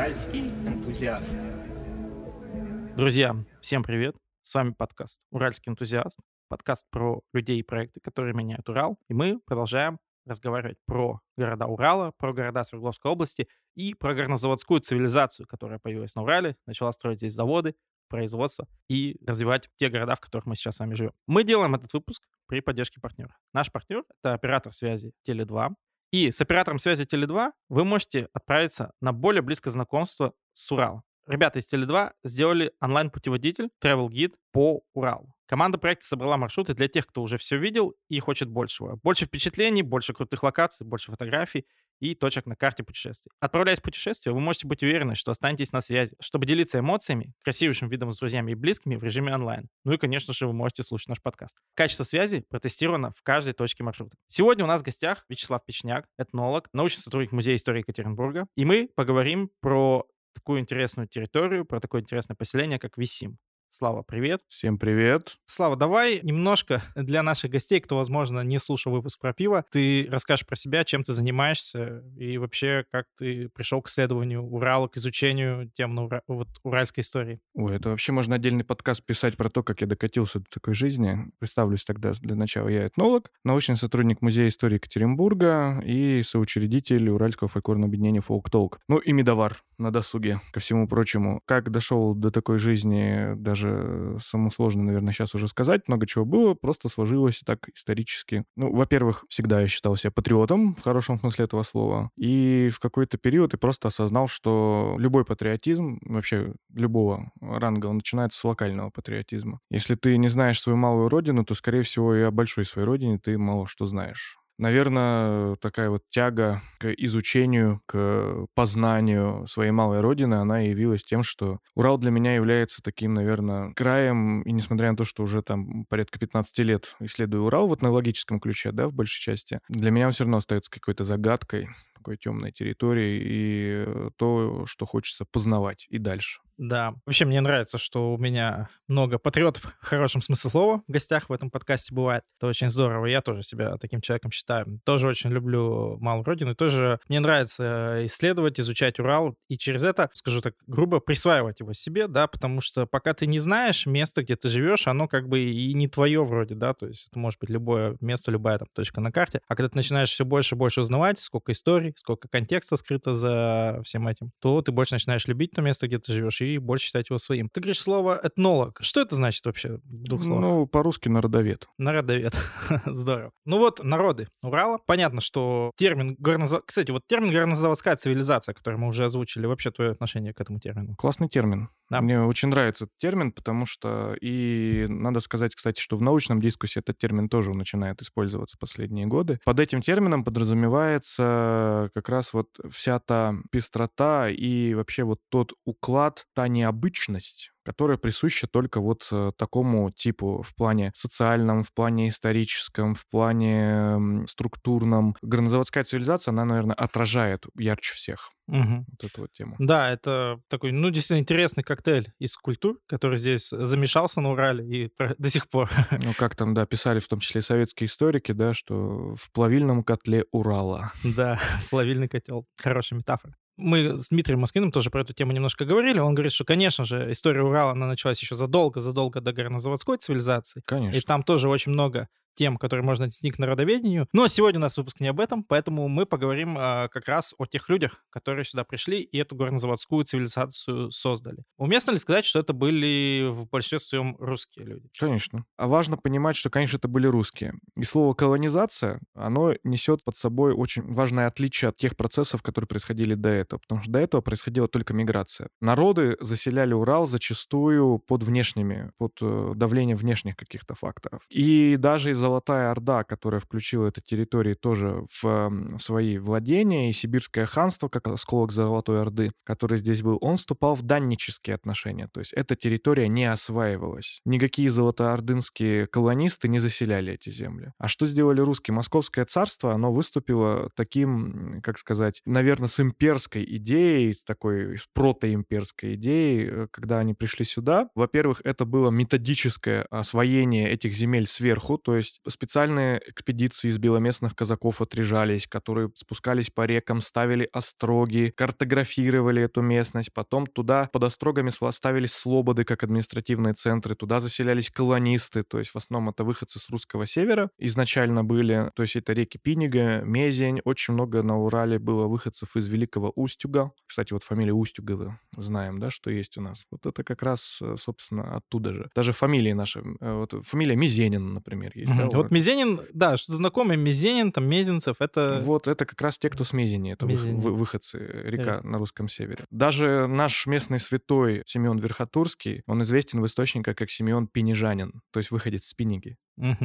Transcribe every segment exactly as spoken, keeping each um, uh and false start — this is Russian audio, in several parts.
Уральский энтузиаст. Друзья, всем привет! С вами подкаст «Уральский энтузиаст», подкаст про людей и проекты, которые меняют Урал. И мы продолжаем разговаривать про города Урала, про города Свердловской области и про горнозаводскую цивилизацию, которая появилась на Урале, начала строить здесь заводы, производство и развивать те города, в которых мы сейчас с вами живем. Мы делаем этот выпуск при поддержке партнера. Наш партнер — это оператор связи Теле два. И с оператором связи Теле два вы можете отправиться на более близкое знакомство с Уралом. Ребята из Теле два сделали онлайн-путеводитель, travel guide по Уралу. Команда проекта собрала маршруты для тех, кто уже все видел и хочет большего. Больше впечатлений, больше крутых локаций, больше фотографий и точек на карте путешествий. Отправляясь в путешествие, вы можете быть уверены, что останетесь на связи, чтобы делиться эмоциями, красивейшим видом с друзьями и близкими в режиме онлайн. Ну и, конечно же, вы можете слушать наш подкаст. Качество связи протестировано в каждой точке маршрута. Сегодня у нас в гостях Вячеслав Печняк, этнолог, научный сотрудник Музея истории Екатеринбурга. И мы поговорим про такую интересную территорию, про такое интересное поселение, как Висим. Слава, привет. Всем привет. Слава, давай немножко для наших гостей, кто, возможно, не слушал выпуск про пиво, ты расскажешь про себя, чем ты занимаешься и вообще, как ты пришел к исследованию Урала, к изучению тем на Ура... вот, уральской истории. Ой, это вообще можно отдельный подкаст писать про то, как я докатился до такой жизни. Представлюсь тогда для начала. Я этнолог, научный сотрудник Музея истории Екатеринбурга и соучредитель Уральского фольклорного объединения «Фолк-толк». Ну и медовар на досуге, ко всему прочему. Как дошел до такой жизни, даже самому сложно, наверное, сейчас уже сказать. Много чего было, просто сложилось так исторически. Ну, во-первых, всегда я считал себя патриотом, в хорошем смысле этого слова. И в какой-то период я просто осознал, что любой патриотизм, вообще любого ранга, он начинается с локального патриотизма. Если ты не знаешь свою малую родину, то, скорее всего, и о большой своей родине ты мало что знаешь. Наверное, такая вот тяга к изучению, к познанию своей малой родины, она явилась тем, что Урал для меня является таким, наверное, краем, и несмотря на то, что уже там порядка пятнадцать лет исследую Урал в этнологическом ключе, да, в большей части, для меня он все равно остается какой-то загадкой, такой темной территорией, и то, что хочется познавать и дальше. Да, вообще мне нравится, что у меня много патриотов, в хорошем смысле слова, в гостях в этом подкасте бывает. Это очень здорово. Я тоже себя таким человеком считаю. Тоже очень люблю малую родину. И тоже мне нравится исследовать, изучать Урал. И через это, скажу так грубо, присваивать его себе, да, потому что пока ты не знаешь место, где ты живешь, оно как бы и не твое вроде, да, то есть это может быть любое место, любая там точка на карте. А когда ты начинаешь все больше и больше узнавать, сколько историй, сколько контекста скрыто за всем этим, то ты больше начинаешь любить то место, где ты живешь, и больше считать его своим. Ты говоришь слово «этнолог». Что это значит вообще в двух словах? Ну, по-русски народовед. Народовед. Здорово. Ну вот, народы Урала. Понятно, что термин горнозаводская... Кстати, вот термин горнозаводская цивилизация, который мы уже озвучили, вообще твое отношение к этому термину? Классный термин. Да. Мне очень нравится этот термин, потому что и надо сказать, кстати, что в научном дискурсе этот термин тоже начинает использоваться последние годы. Под этим термином подразумевается как раз вот вся та пестрота и вообще вот тот уклад, та необычность, которая присуща только вот такому типу в плане социальном, в плане историческом, в плане структурном. Горнозаводская цивилизация, она, наверное, отражает ярче всех. Угу. Вот эту вот тему. Да, это такой, ну, действительно интересный коктейль из культур, который здесь замешался на Урале и до сих пор. Ну, как там, да, писали в том числе и советские историки, да, что в плавильном котле Урала. Да, плавильный котел. Хорошая метафора. Мы с Дмитрием Москвиным тоже про эту тему немножко говорили. Он говорит, что, конечно же, история Урала, она началась еще задолго-задолго до горнозаводской цивилизации. Конечно. И там тоже очень много тем, которые можно отнести к народоведению. Но сегодня у нас выпуск не об этом, поэтому мы поговорим э, как раз о тех людях, которые сюда пришли и эту горнозаводскую цивилизацию создали. Уместно ли сказать, что это были в большинстве своем русские люди? Конечно. А важно понимать, что, конечно, это были русские. И слово «колонизация», оно несет под собой очень важное отличие от тех процессов, которые происходили до этого, потому что до этого происходила только миграция. Народы заселяли Урал зачастую под внешними, под давлением внешних каких-то факторов. И даже из Золотая Орда, которая включила эту территорию тоже в свои владения, и Сибирское ханство, как осколок Золотой Орды, который здесь был, он вступал в даннические отношения. То есть эта территория не осваивалась. Никакие золотоордынские колонисты не заселяли эти земли. А что сделали русские? Московское царство, оно выступило таким, как сказать, наверное, с имперской идеей, с такой с протоимперской идеей, когда они пришли сюда. Во-первых, это было методическое освоение этих земель сверху, то есть есть специальные экспедиции из беломестных казаков отряжались, которые спускались по рекам, ставили остроги, картографировали эту местность. Потом туда под острогами ставились слободы, как административные центры. Туда заселялись колонисты, то есть в основном это выходцы с русского севера изначально были. То есть это реки Пинига, Мезень. Очень много на Урале было выходцев из Великого Устюга. Кстати, вот фамилия Устюговы знаем, да, что есть у нас. Вот это как раз, собственно, оттуда же. Даже фамилии наши. Вот фамилия Мизенин, например, есть. Угу. Да, вот Мизенин, да, что-то знакомое. Мизенин, там, Мезенцев, это... Вот это как раз те, кто с Мезени. Это вы, выходцы, река Ясно. На русском севере. Даже наш местный святой Симеон Верхотурский, он известен в источниках как Симеон Пинижанин, то есть выходец с Пиниги.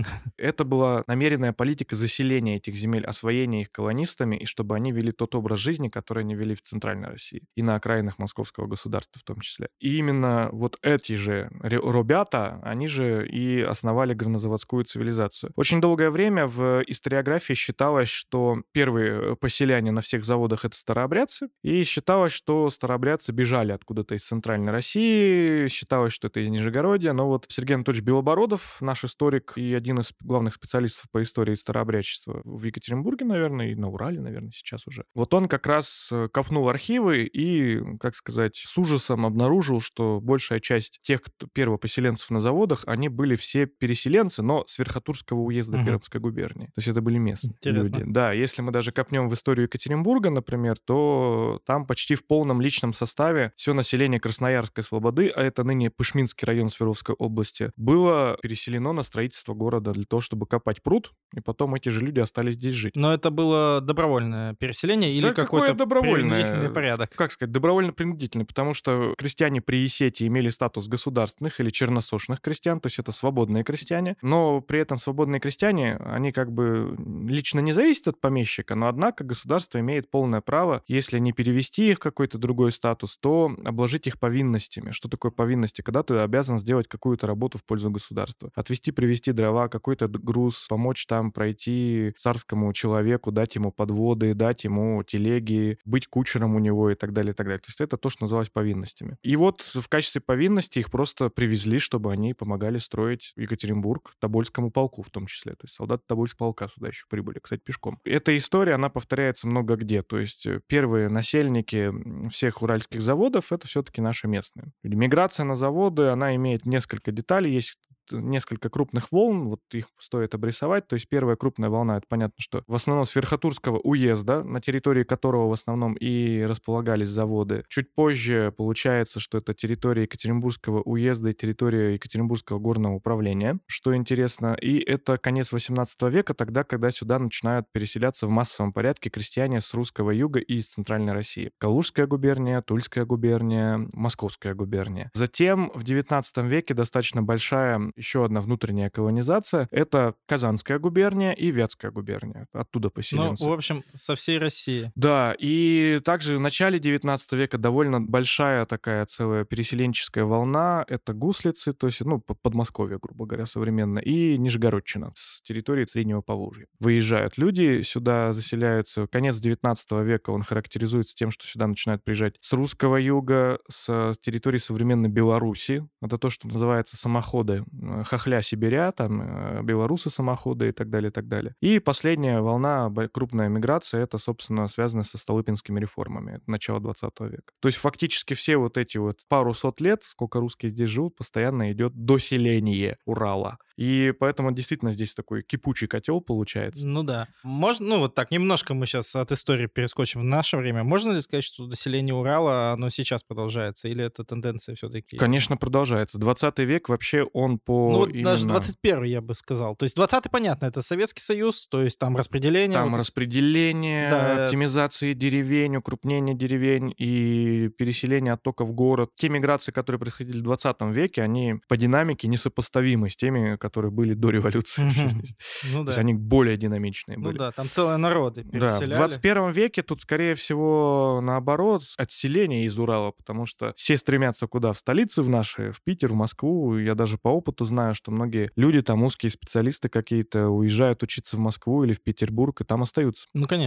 Это была намеренная политика заселения этих земель, освоения их колонистами, и чтобы они вели тот образ жизни, который они вели в Центральной России и на окраинах Московского государства в том числе. И именно вот эти же ребята, они же и основали горнозаводскую цивилизацию. Очень долгое время в историографии считалось, что первые поселяне на всех заводах — это старообрядцы, и считалось, что старообрядцы бежали откуда-то из Центральной России, считалось, что это из Нижегородия, но вот Сергей Анатольевич Белобородов, наш историк, и один из главных специалистов по истории старообрядчества в Екатеринбурге, наверное, и на Урале, наверное, сейчас уже. Вот он как раз копнул архивы и, как сказать, с ужасом обнаружил, что большая часть тех, кто первопоселенцев на заводах, они были все переселенцы, но с Верхотурского уезда угу. Пермской губернии. То есть это были местные Интересно. Люди. Да, если мы даже копнем в историю Екатеринбурга, например, то там почти в полном личном составе все население Красноярской слободы, а это ныне Пышминский район Свердловской области, было переселено на строительство города для того, чтобы копать пруд, и потом эти же люди остались здесь жить. Но это было добровольное переселение или да какой-то принудительный порядок? Как сказать, добровольно-принудительный, потому что крестьяне при Есете имели статус государственных или черносошных крестьян, то есть это свободные крестьяне, но при этом свободные крестьяне, они как бы лично не зависят от помещика, но однако государство имеет полное право, если не перевести их в какой-то другой статус, то обложить их повинностями. Что такое повинности? Когда ты обязан сделать какую-то работу в пользу государства. Отвезти, привезти дрова, какой-то груз, помочь там пройти царскому человеку, дать ему подводы, дать ему телеги, быть кучером у него и так далее, и так далее. То есть это то, что называлось повинностями. И вот в качестве повинности их просто привезли, чтобы они помогали строить Екатеринбург Тобольскому полку в том числе. То есть солдаты Тобольского полка сюда еще прибыли, кстати, пешком. Эта история, она повторяется много где. То есть первые насельники всех уральских заводов — это все-таки наши местные. Миграция на заводы, она имеет несколько деталей. Есть несколько крупных волн, вот их стоит обрисовать. То есть первая крупная волна, это понятно, что в основном с Верхотурского уезда, на территории которого в основном и располагались заводы. Чуть позже получается, что это территория Екатеринбургского уезда и территория Екатеринбургского горного управления, что интересно. И это конец восемнадцатого века, тогда, когда сюда начинают переселяться в массовом порядке крестьяне с русского юга и из Центральной России. Калужская губерния, Тульская губерния, Московская губерния. Затем в девятнадцатом веке достаточно большая еще одна внутренняя колонизация — это Казанская губерния и Вятская губерния. Оттуда поселенцы. Ну, в общем, со всей России. Да, и также в начале девятнадцатого века довольно большая такая целая переселенческая волна — это гуслицы, то есть, ну, Подмосковье, грубо говоря, современно, и Нижегородчина с территории Среднего Поволжья. Выезжают люди, сюда заселяются. Конец девятнадцатого века, он характеризуется тем, что сюда начинают приезжать с русского юга, с территории современной Беларуси. Это то, что называется самоходы, хохля-сибиря, там, белорусы-самоходы и так далее, и так далее. И последняя волна, крупная миграция, это, собственно, связано со Столыпинскими реформами, это начало двадцатого века. То есть фактически все вот эти вот пару сот лет, сколько русские здесь живут, постоянно идет доселение Урала. И поэтому действительно здесь такой кипучий котел получается. Ну да. Можно, ну вот так, немножко мы сейчас от истории перескочим в наше время. Можно ли сказать, что доселение Урала, оно сейчас продолжается? Или это тенденция все-таки? Конечно, продолжается. двадцатый век вообще он по... Ну вот именно... даже двадцать первый, я бы сказал. То есть двадцатый, понятно, это Советский Союз, то есть там распределение. Там вот... распределение, да. Оптимизации деревень, укрупнение деревень и переселение оттока в город. Те миграции, которые происходили в двадцатом веке, они по динамике несопоставимы с теми, которые были до революции. Ну, То есть они более динамичные были. Ну да, там целые народы переселяли. Да, в двадцать первом веке тут, скорее всего, наоборот, отселение из Урала, потому что все стремятся куда? В столицы в наши, в Питер, в Москву. Я даже по опыту знаю, что многие люди, там узкие специалисты какие-то, уезжают учиться в Москву или в Петербург, и там остаются. Ну, конечно.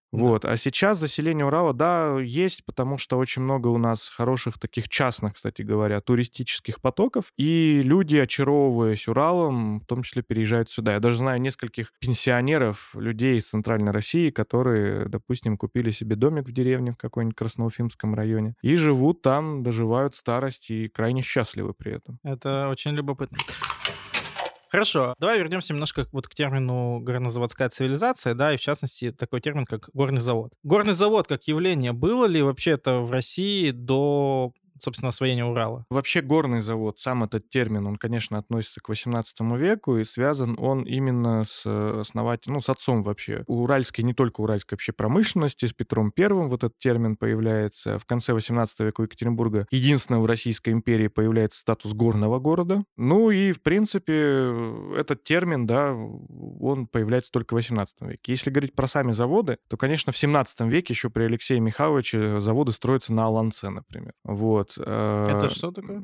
Вот. А сейчас заселение Урала, да, есть, потому что очень много у нас хороших таких частных, кстати говоря, туристических потоков, и люди, очаровываясь Уралом, в том числе переезжают сюда. Я даже знаю нескольких пенсионеров, людей из Центральной России, которые, допустим, купили себе домик в деревне в какой-нибудь Красноуфимском районе и живут там, доживают старость и крайне счастливы при этом. Это очень любопытно. Хорошо, давай вернемся немножко вот к термину горнозаводская цивилизация, да, и в частности такой термин, как горный завод. Горный завод как явление было ли вообще это в России до, собственно, освоения Урала? Вообще горный завод, сам этот термин, он, конечно, относится к восемнадцатому веку, и связан он именно с основателем, ну, с отцом вообще. У уральской, не только уральской вообще промышленности, с Петром Первым вот этот термин появляется. В конце восемнадцатого века у Екатеринбурга единственного в Российской империи появляется статус горного города. Ну и, в принципе, этот термин, да, он появляется только в восемнадцатом веке. Если говорить про сами заводы, то, конечно, в семнадцатом веке еще при Алексее Михайловиче заводы строятся на Аланце, например. Вот. Это что такое?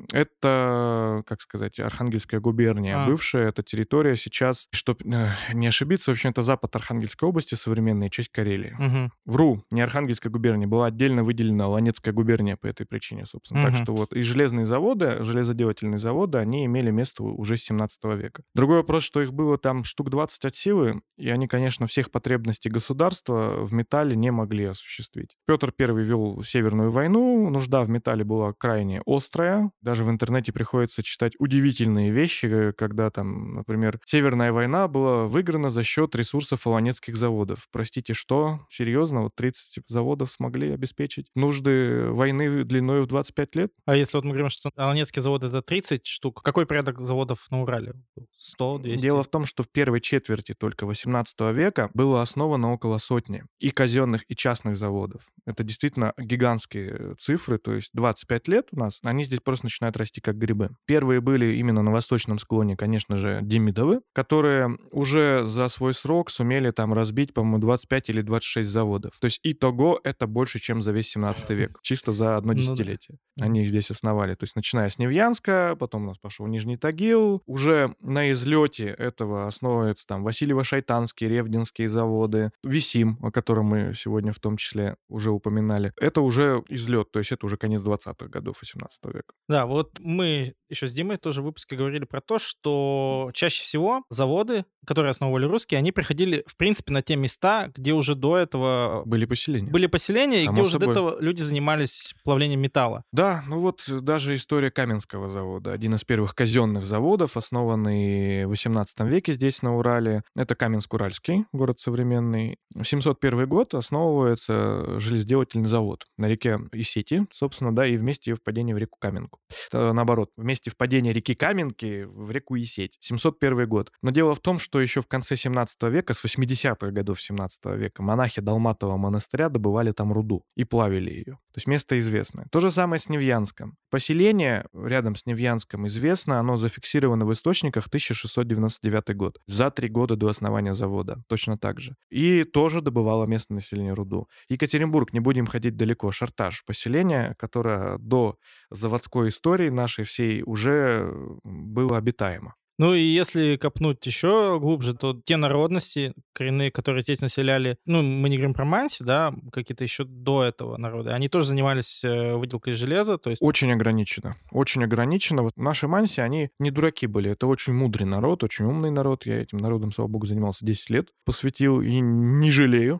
Это, как сказать, Архангельская губерния А. бывшая. Это территория сейчас, чтобы не ошибиться, в общем, это запад Архангельской области, современная часть Карелии. Угу. Вру, не Архангельская губерния, была отдельно выделена Ланецкая губерния по этой причине, собственно. Мгм. Так что вот и железные заводы, железоделательные заводы, они имели место уже с семнадцатого века. Другой вопрос, что их было там штук двадцать от силы, и они, конечно, всех потребностей государства в металле не могли осуществить. Петр Первый вел Северную войну, нужда в металле была крайне острая. Даже в интернете приходится читать удивительные вещи, когда там, например, Северная война была выиграна за счет ресурсов аланецких заводов. Простите, что? Серьезно? Вот тридцать заводов смогли обеспечить нужды войны длиной в двадцать пять лет? А если вот мы говорим, что Аланецкий завод — это тридцать штук, какой порядок заводов на Урале? сто, двести? Дело в том, что в первой четверти только восемнадцатого века было основано около сотни и казенных, и частных заводов. Это действительно гигантские цифры, то есть двадцать пять лет у нас, они здесь просто начинают расти как грибы. Первые были именно на восточном склоне, конечно же, Демидовы, которые уже за свой срок сумели там разбить, по-моему, двадцать пять или двадцать шесть заводов. То есть итого это больше, чем за весь семнадцатый век, чисто за одно Ну да. десятилетие. Они их здесь основали. То есть начиная с Невьянска, потом у нас пошел Нижний Тагил, уже на излете этого основываются там Васильево-Шайтанские, Ревдинские заводы, Висим, о котором мы сегодня в том числе уже упоминали. Это уже излет, то есть это уже конец двадцатых годов восемнадцатого века. Да, вот мы еще с Димой тоже в выпуске говорили про то, что чаще всего заводы, которые основывали русские, они приходили, в принципе, на те места, где уже до этого Были поселения. были поселения, и Само где уже до собой. этого люди занимались плавлением металла. Да, ну вот даже история Каменского завода, один из первых казенных заводов, основанный в восемнадцатом веке здесь, на Урале. Это Каменск-Уральский, город современный. В семьсот первый год основывается железоделательный завод на реке Исети, собственно, да, и в месте ее впадения в реку Каменку. Э, Наоборот, в месте впадения реки Каменки в реку Исеть. семьсот первый год. Но дело в том, что еще в конце семнадцатого века, с восьмидесятых годов семнадцатого века, монахи Далматового монастыря добывали там руду и плавили ее. То есть место известное. То же самое с Невьянском. Поселение рядом с Невьянском известно, оно зафиксировано в источниках тысяча шестьсот девяносто девятый год, за три года до основания завода, точно так же. И тоже добывало местное население руду. Екатеринбург, не будем ходить далеко, Шартаж, поселение, которое до заводской истории нашей всей уже было обитаемо. Ну и если копнуть еще глубже, то те народности коренные, которые здесь населяли, ну, мы не говорим про манси, да, какие-то еще до этого народы, они тоже занимались э, выделкой железа, то есть... Очень ограничено. Очень ограничено. Вот наши манси, они не дураки были. Это очень мудрый народ, очень умный народ. Я этим народом, слава богу, занимался десять лет. Посвятил и не жалею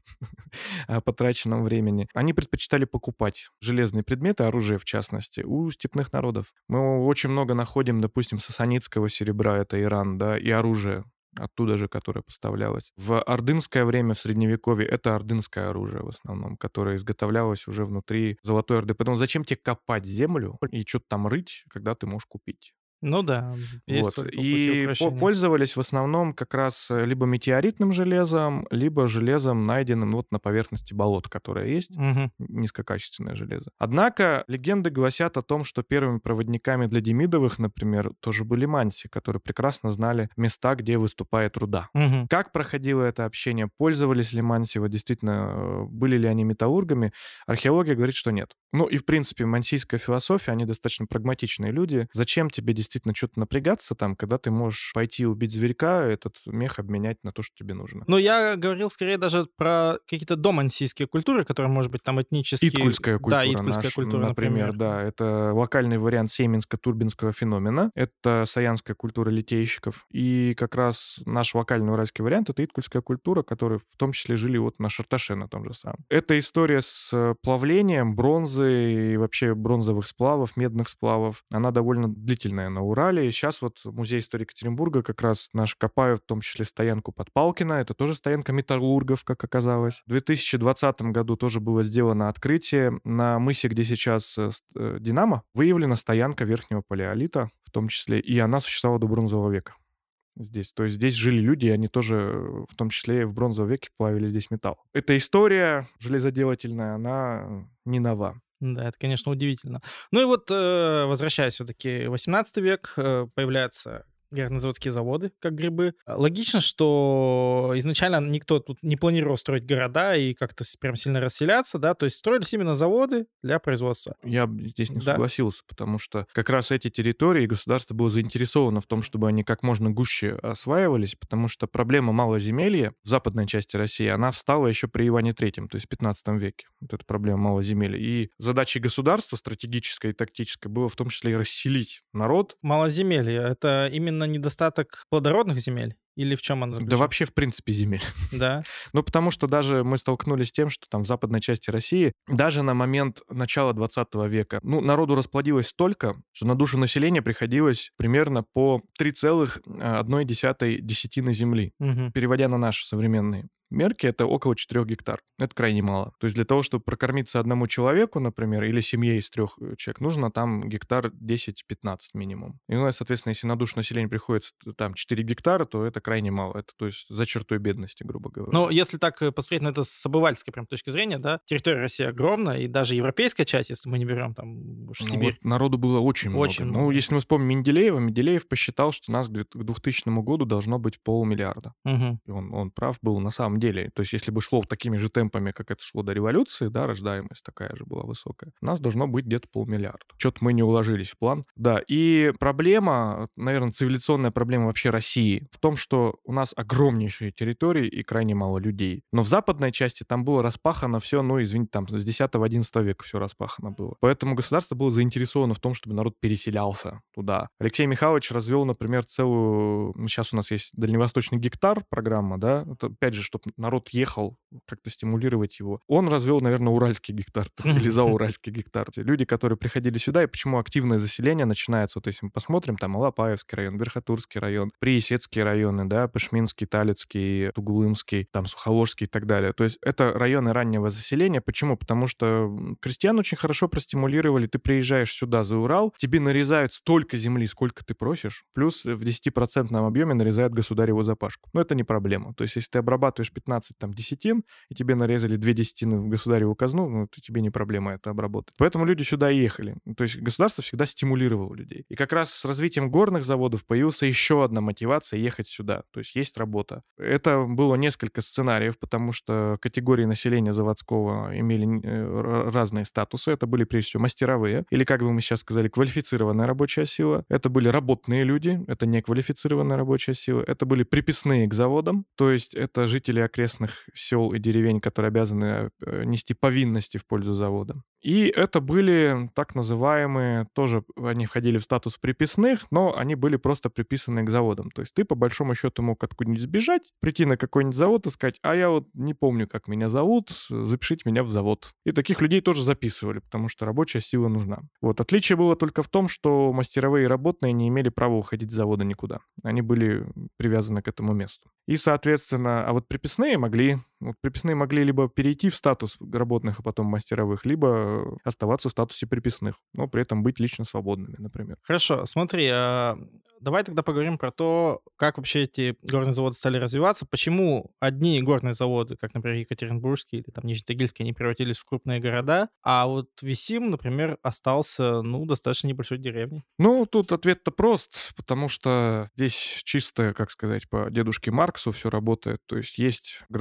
о потраченном времени. Они предпочитали покупать железные предметы, оружие в частности, у степных народов. Мы очень много находим, допустим, сасанидского серебра, это Иран, да, и оружие оттуда же, которое поставлялось. В ордынское время, в Средневековье, это ордынское оружие в основном, которое изготовлялось уже внутри Золотой Орды. Поэтому зачем тебе копать землю и что-то там рыть, когда ты можешь купить? Ну да, есть Вот. свой путь И по- украшения. пользовались в основном как раз э, либо метеоритным железом, либо железом, найденным вот на поверхности болот, которое есть, Мгм. низкокачественное железо. Однако легенды гласят о том, что первыми проводниками для Демидовых, например, тоже были манси, которые прекрасно знали места, где выступает руда. Мгм. Как проходило это общение? Пользовались ли манси? Вот действительно, э, были ли они металлургами? Археология говорит, что нет. Ну и, в принципе, мансийская философия, они достаточно прагматичные люди. Зачем тебе действительно действительно что-то напрягаться там, когда ты можешь пойти убить зверька, этот мех обменять на то, что тебе нужно. Но я говорил скорее даже про какие-то домансийские культуры, которые, может быть, там этнические... Иткульская культура, да, иткульская наш, культура, например, например. да, это локальный вариант сейминско-турбинского феномена, это саянская культура литейщиков, и как раз наш локальный уральский вариант — это иткульская культура, которые в том числе жили вот на Шарташе, на том же самом. Это история с плавлением бронзы и вообще бронзовых сплавов, медных сплавов, она довольно длительная на Урале, и сейчас вот музей истории Екатеринбурга как раз наш копают в том числе стоянку под Палкино, это тоже стоянка металлургов, как оказалось. В две тысячи двадцатом году тоже было сделано открытие. На мысе, где сейчас э, Динамо, выявлена стоянка верхнего палеолита, в том числе, и она существовала до бронзового века здесь. То есть здесь жили люди, и они тоже, в том числе, в бронзовом веке плавили здесь металл. Эта история железоделательная, она не нова. Да, это, конечно, удивительно. Ну и вот, э, возвращаясь все-таки в восемнадцатый век, э, появляются горнозаводские заводы, как грибы. Логично, что изначально никто тут не планировал строить города и как-то прям сильно расселяться, да, то есть строились именно заводы для производства. Я здесь не Да. согласился, потому что как раз эти территории государство было заинтересовано в том, чтобы они как можно гуще осваивались, потому что проблема малоземелья в западной части России, она встала еще при Иване Третьем, то есть в пятнадцатом веке. Вот эта проблема малоземелья. И задачей государства стратегической и тактической было в том числе и расселить народ. Малоземелье — это именно недостаток плодородных земель? Или в чем она заключается? Да вообще, в принципе, земель. Да. Ну, потому что даже мы столкнулись с тем, что там в западной части России, даже на момент начала двадцатого века, ну, народу расплодилось столько, что на душу населения приходилось примерно по три целых одна десятая десятины земли. Угу. Переводя на наши современные мерки, это около четырех гектар. Это крайне мало. То есть для того, чтобы прокормиться одному человеку, например, или семье из трех человек, нужно там гектар десять-пятнадцать минимум. И, ну, соответственно, если на душу населения приходится там четыре гектара, то это крайне мало. Это, то есть, за чертой бедности, грубо говоря. Ну, если так посмотреть на это с обывательской прям точки зрения, да, территория России огромная, и даже европейская часть, если мы не берем там уж Ну, Сибирь. вот народу было очень много. Очень Ну, много. если мы вспомним Менделеева, Менделеев посчитал, что нас к двухтысячному году должно быть полмиллиарда. Угу. И он, он прав был на самом деле. То есть если бы шло такими же темпами, как это шло до революции, да, рождаемость такая же была высокая, у нас должно быть где-то полмиллиарда. Что-то мы не уложились в план. Да, и проблема, наверное, цивилизационная проблема вообще России в том, что у нас огромнейшие территории и крайне мало людей. Но в западной части там было распахано все, ну, извините, там с десятого-одиннадцатого века все распахано было. Поэтому государство было заинтересовано в том, чтобы народ переселялся туда. Алексей Михайлович развел, например, целую... Ну, сейчас у нас есть дальневосточный гектар программа, да, это, опять же, чтобы народ ехал, как-то стимулировать его. Он развел, наверное, уральский гектар или зауральский гектар. Люди, которые приходили сюда, и почему активное заселение начинается, вот если мы посмотрим, там Алапаевский район, Верхотурский район, Приисецкие районы, да, Пашминский, Талицкий, Тугулымский, там Сухоложский и так далее. То есть это районы раннего заселения. Почему? Потому что крестьян очень хорошо простимулировали. Ты приезжаешь сюда, за Урал, тебе нарезают столько земли, сколько ты просишь, плюс в десятипроцентном объеме нарезают государеву запашку. Но это не проблема. То есть если ты обрабатываешь пятнадцать там, десятин, и тебе нарезали две десятины в государеву казну, ну, то тебе не проблема это обработать. Поэтому люди сюда и ехали. То есть государство всегда стимулировало людей. И как раз с развитием горных заводов появилась еще одна мотивация ехать сюда. То есть есть работа. Это было несколько сценариев, потому что категории населения заводского имели э, разные статусы. Это были, прежде всего, мастеровые, или, как бы мы сейчас сказали, квалифицированная рабочая сила. Это были работные люди, это не квалифицированная рабочая сила. Это были приписные к заводам, то есть это жители окрестных сел и деревень, которые обязаны нести повинности в пользу завода. И это были так называемые, тоже они входили в статус приписных, но они были просто приписаны к заводам. То есть ты, по большому счету, мог откуда-нибудь сбежать, прийти на какой-нибудь завод и сказать, а я вот не помню, как меня зовут, запишите меня в завод. И таких людей тоже записывали, потому что рабочая сила нужна. Вот. Отличие было только в том, что мастеровые и работные не имели права уходить с завода никуда. Они были привязаны к этому месту. И, соответственно, а вот приписные могли, вот приписные могли либо перейти в статус работных, а потом мастеровых, либо оставаться в статусе приписных, но при этом быть лично свободными, например. Хорошо, смотри, а давай тогда поговорим про то, как вообще эти горные заводы стали развиваться, почему одни горные заводы, как, например, Екатеринбургский или там Нижнетагильский, они превратились в крупные города, а вот Висим, например, остался, ну, достаточно небольшой деревней. Ну, тут ответ-то прост, потому что здесь чисто, как сказать, по дедушке Марксу все работает, то есть есть градообразующие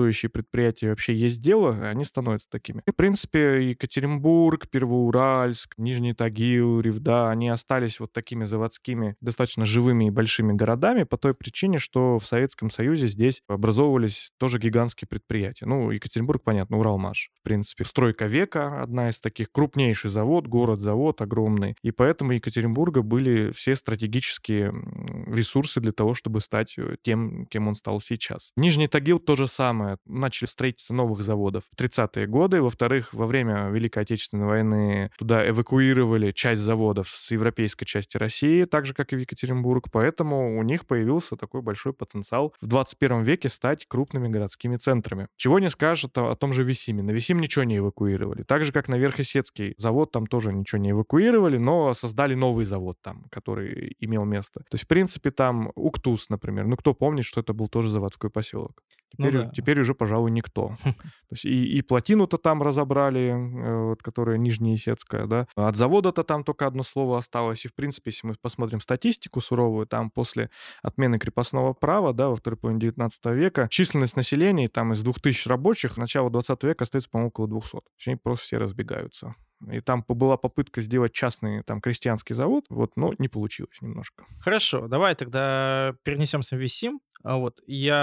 образующие предприятия вообще есть дело, они становятся такими. В принципе, Екатеринбург, Первоуральск, Нижний Тагил, Ревда, они остались вот такими заводскими, достаточно живыми и большими городами по той причине, что в Советском Союзе здесь образовывались тоже гигантские предприятия. Ну, Екатеринбург, понятно, Уралмаш. В принципе, стройка века, одна из таких, крупнейший завод, город-завод огромный. И поэтому у Екатеринбурга были все стратегические ресурсы для того, чтобы стать тем, кем он стал сейчас. Нижний Тагил то же самое. Начали строительство новых заводов в тридцатые годы. Во-вторых, во время Великой Отечественной войны туда эвакуировали часть заводов с европейской части России, так же, как и в Екатеринбург. Поэтому у них появился такой большой потенциал в двадцать первом веке стать крупными городскими центрами. Чего не скажешь о, о том же Висиме. На Висим ничего не эвакуировали. Так же, как на Верхесецкий завод, там тоже ничего не эвакуировали, но создали новый завод там, который имел место. То есть, в принципе, там Уктус, например. Ну, кто помнит, что это был тоже заводской поселок? Теперь, Ну да. теперь уже, пожалуй, никто. То есть и, и плотину-то там разобрали, вот, которая Нижнеесецкая, да. От завода-то там только одно слово осталось. И, в принципе, если мы посмотрим статистику суровую, там после отмены крепостного права, да, во второй половине девятнадцатого века, численность населения там из двух тысяч рабочих начала двадцатого века остается, по-моему, около двухсот. То есть они просто все разбегаются. И там была попытка сделать частный там крестьянский завод, вот, но не получилось немножко. Хорошо, давай тогда перенесемся в Висим. А Вот.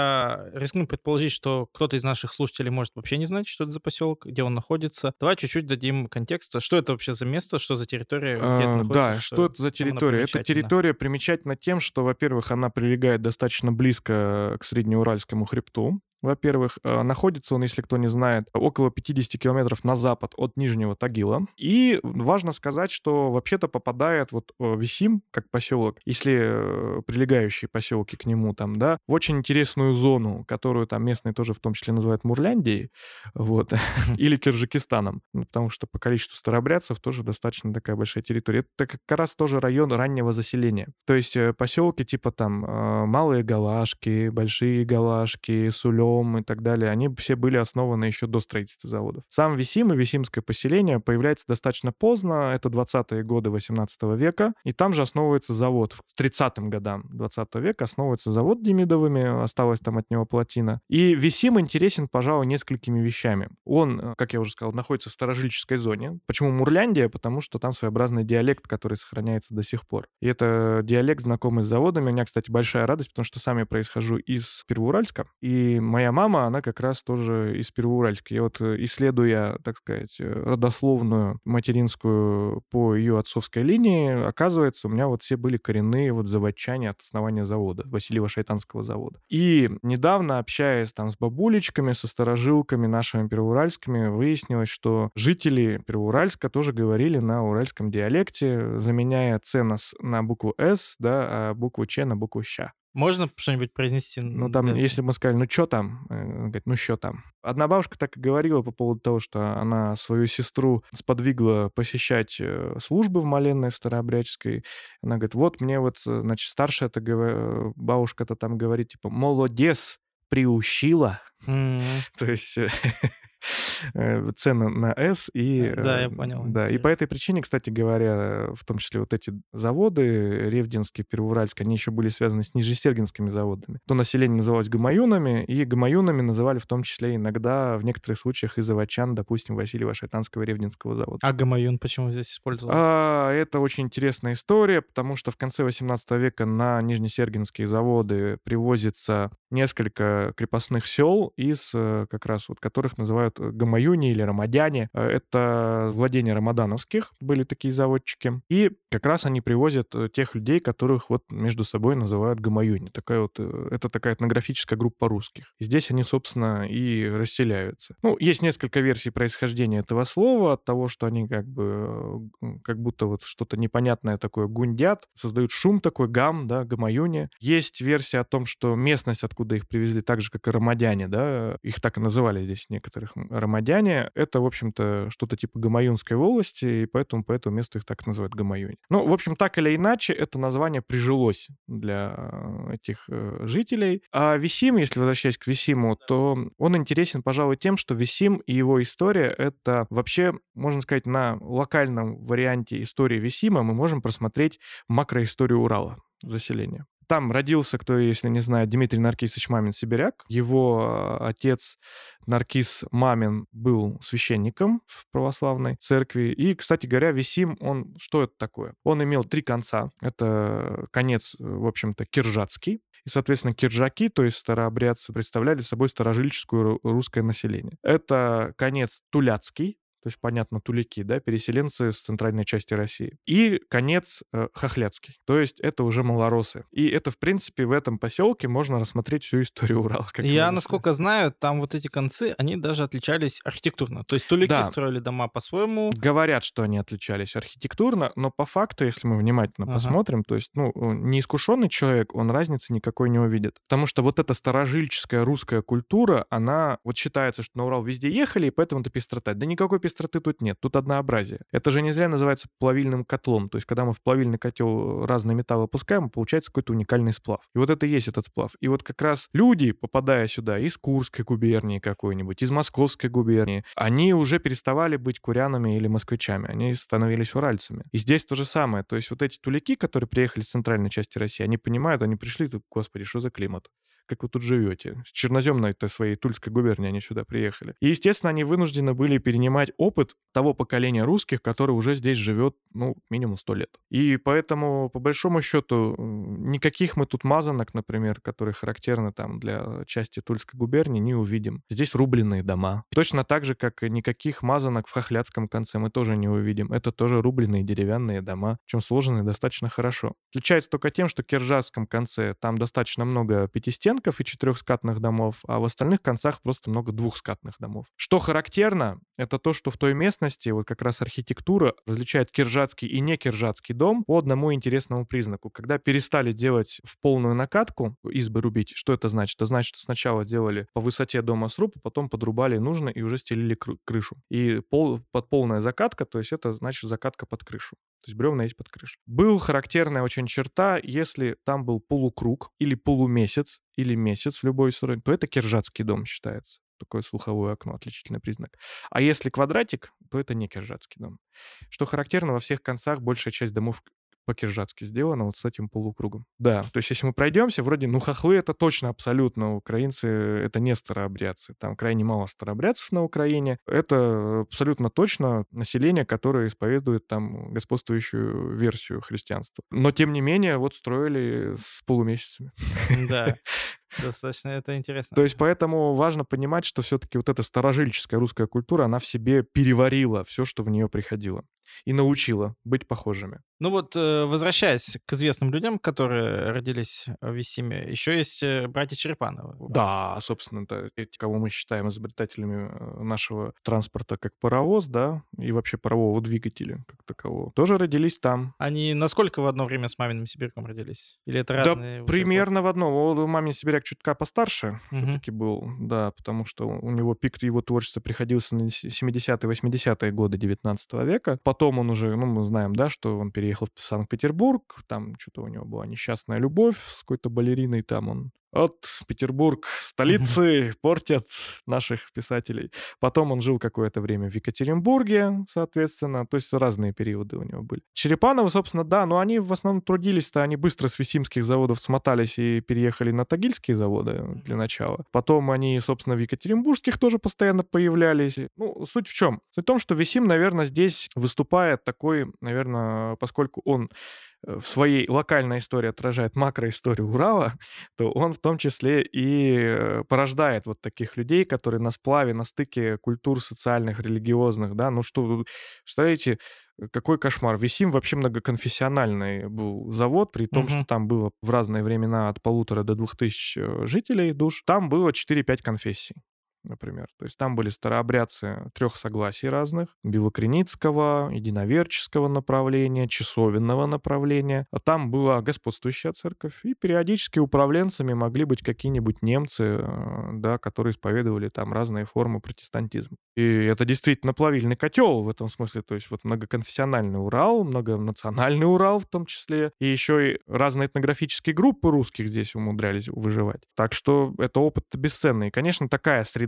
Я рискну предположить, что кто-то из наших слушателей может вообще не знать, что это за поселок, где он находится. Давай чуть-чуть дадим контекста. Что это вообще за место, что за территория, где это А, находится? Да, что это за чем она территория? Это примечательна? территория примечательна тем, что, во-первых, она прилегает достаточно близко к Среднеуральскому хребту. Во-первых, э, находится он, если кто не знает, около пятьдесят километров на запад от Нижнего Тагила. И важно сказать, что вообще-то попадает вот э, Висим, как поселок, если э, прилегающие поселки к нему там, да, в очень интересную зону, которую там местные тоже в том числе называют Мурляндией, вот, или Киржикистаном, ну, потому что по количеству старообрядцев тоже достаточно такая большая территория. Это как раз тоже район раннего заселения. То есть э, поселки типа там э, Малые Галашки, Большие Галашки, Сулем и так далее, они все были основаны еще до строительства заводов. Сам Висим и Висимское поселение появляется достаточно поздно, это двадцатые годы восемнадцатого века, и там же основывается завод. В тридцатым годам двадцатого века основывается завод Демидовыми, осталась там от него плотина. И Висим интересен, пожалуй, несколькими вещами. Он, как я уже сказал, находится в старожильческой зоне. Почему Мурляндия? Потому что там своеобразный диалект, который сохраняется до сих пор. И это диалект, знакомый с заводами. У меня, кстати, большая радость, потому что сам я происхожу из Первоуральска, и моя мама, она как раз тоже из Первоуральска. И вот, исследуя, так сказать, родословную материнскую по ее отцовской линии, оказывается, у меня вот все были коренные вот заводчане от основания завода, Васильево-Шайтанского завода. И недавно, общаясь там с бабулечками, со старожилками нашими первоуральскими, выяснилось, что жители Первоуральска тоже говорили на уральском диалекте, заменяя «ц» на, с- на букву «с», да, а букву «ч» на букву «ща». Можно что-нибудь произнести? Ну, там, Да. если бы мы сказали, ну, что там? Э, Он говорит, ну, что там? Одна бабушка так и говорила по поводу того, что она свою сестру сподвигла посещать э, службы в Маленной, в Старообрядческой. Она говорит, вот мне вот, э, значит, старшая-то гова- бабушка-то там говорит, типа, молодец, приучила. М, То есть э, э, цены на «с» и... э, Да, я э, понял. Да, и по Интересно. этой причине, кстати говоря, в том числе вот эти заводы, Ревдинский, Первоуральск, они еще были связаны с Нижесергинскими заводами. То население называлось гамаюнами, и гамаюнами называли в том числе иногда, в некоторых случаях, и заводчан, допустим, Васильева-Шайтанского и Ревдинского завода. А гамаюн почему здесь использовался? А, это очень интересная история, потому что в конце восемнадцатого века на Нижнесергинские заводы привозится несколько крепостных сел, из э, как раз вот которых называют э, гамаюни или рамадяне. Э, Это владения рамадановских, были такие заводчики. И как раз они привозят э, тех людей, которых вот между собой называют гамаюни. Такая вот, э, это такая этнографическая группа русских. И здесь они, собственно, и расселяются. Ну, есть несколько версий происхождения этого слова, от того, что они как бы, э, как будто вот что-то непонятное такое гундят, создают шум такой, гам, да, гамаюни. Есть версия о том, что местность, откуда их привезли, так же, как и рамадяне, да, их так и называли здесь некоторых рамадяне, это, в общем-то, что-то типа Гамаюнской волости, и поэтому по этому месту их так называют Гамаюни. Ну, в общем, так или иначе, это название прижилось для э, этих э, жителей. А Висим, если возвращаясь к Висиму, то он интересен, пожалуй, тем, что Висим и его история — это вообще, можно сказать, на локальном варианте истории Висима мы можем просмотреть макроисторию Урала, заселения. Там родился, кто, если не знает, Дмитрий Наркисович Мамин-Сибиряк. Его отец Наркис Мамин был священником в православной церкви. И, кстати говоря, Висим, он что это такое? Он имел три конца. Это конец, в общем-то, киржацкий. И, соответственно, киржаки, то есть старообрядцы, представляли собой старожильческое русское население. Это конец туляцкий, то есть, понятно, тулики, да, переселенцы с центральной части России. И конец э, хохляцкий, то есть это уже малоросы. И это, в принципе, в этом поселке можно рассмотреть всю историю Урала. Как Я, насколько знаю, там вот эти концы, они даже отличались архитектурно. То есть тулики да. строили дома по-своему. Говорят, что они отличались архитектурно, но по факту, если мы внимательно ага. посмотрим, то есть, ну, неискушенный человек, он разницы никакой не увидит. Потому что вот эта старожильческая русская культура, она, вот считается, что на Урал везде ехали, и поэтому это пестрота. Да никакой пестроты Пестроты тут нет, тут однообразие. Это же не зря называется плавильным котлом. То есть, когда мы в плавильный котел разные металлы опускаем, получается какой-то уникальный сплав. И вот это и есть этот сплав. И вот как раз люди, попадая сюда из Курской губернии какой-нибудь, из Московской губернии, они уже переставали быть курянами или москвичами, они становились уральцами. И здесь то же самое. То есть вот эти тулики, которые приехали с центральной части России, они понимают, они пришли, тут, господи, что за климат? Как вы тут живете? С черноземной-то своей Тульской губернии они сюда приехали. И, естественно, они вынуждены были перенимать опыт того поколения русских, который уже здесь живет, ну, минимум сто лет. И поэтому, по большому счету, никаких мы тут мазанок, например, которые характерны там для части Тульской губернии, не увидим. Здесь рубленые дома. Точно так же, как и никаких мазанок в хохляцком конце мы тоже не увидим. Это тоже рубленые деревянные дома, причем сложенные достаточно хорошо. Отличается только тем, что в киржацком конце там достаточно много пятистенок и четырехскатных домов, а в остальных концах просто много двухскатных домов. Что характерно, это то, что в той местности вот как раз архитектура различает киржацкий и не киржацкий дом по одному интересному признаку. Когда перестали делать в полную накатку, избы рубить, что это значит? Это значит, что сначала делали по высоте дома сруб, а потом подрубали нужно и уже стелили крышу. И пол, под полная закатка, то есть это значит закатка под крышу. То есть бревна есть под крышу. Был характерная очень черта, если там был полукруг или полумесяц, или месяц в любой стороне, то это киржацкий дом считается. Такое слуховое окно, отличительный признак. А если квадратик, то это не киржацкий дом. Что характерно, во всех концах большая часть домов по-киржацки сделано вот с этим полукругом. Да, то есть если мы пройдемся, вроде, ну, хохлы это точно абсолютно, украинцы это не старообрядцы, там крайне мало старообрядцев на Украине, это абсолютно точно население, которое исповедует там господствующую версию христианства. Но, тем не менее, вот строили с полумесяцами. Да. Достаточно это интересно. То есть поэтому важно понимать, что все-таки вот эта старожильческая русская культура, она в себе переварила все, что в нее приходило, и научила быть похожими. Ну вот, возвращаясь к известным людям, которые родились в Висиме, еще есть братья Черепановы. Да, собственно, это эти, кого мы считаем изобретателями нашего транспорта как паровоз, да, и вообще парового двигателя как такового, тоже родились там. Они насколько в одно время с Маминым Сибиряком родились? Или это разные? Да, примерно в одно. У Мамин Сибиряк чутка постарше Мгм. все-таки был, да, потому что у него пик его творчества приходился на семидесятые восьмидесятые годы девятнадцатого века. Потом он уже, ну, мы знаем, да, что он переехал в Санкт-Петербург, там что-то у него была несчастная любовь с какой-то балериной, там он от Петербург, столицы, портят наших писателей. Потом он жил какое-то время в Екатеринбурге, соответственно, то есть разные периоды у него были. Черепановы, собственно, да, но они в основном трудились-то, они быстро с висимских заводов смотались и переехали на тагильские заводы для начала. Потом они, собственно, в екатеринбургских тоже постоянно появлялись. Ну, суть в чем? Суть в том, что Висим, наверное, здесь выступает такой, наверное, поскольку он в своей локальной истории отражает макроисторию Урала, то он в том числе и порождает вот таких людей, которые на сплаве, на стыке культур социальных, религиозных, да, ну что, представляете, какой кошмар. Висим вообще многоконфессиональный был завод, при том, Мгм. что там было в разные времена от полутора до двух тысяч э, жителей душ. Там было четыре-пять конфессий, например. То есть там были старообрядцы трех согласий разных: белокреницкого, единоверческого направления, часовенного направления. А там была господствующая церковь, и периодически управленцами могли быть какие-нибудь немцы, э, да, которые исповедовали там разные формы протестантизма. И это действительно плавильный котел в этом смысле, то есть вот многоконфессиональный Урал, многонациональный Урал в том числе, и еще и разные этнографические группы русских здесь умудрялись выживать. Так что это опыт бесценный. И, конечно, такая среда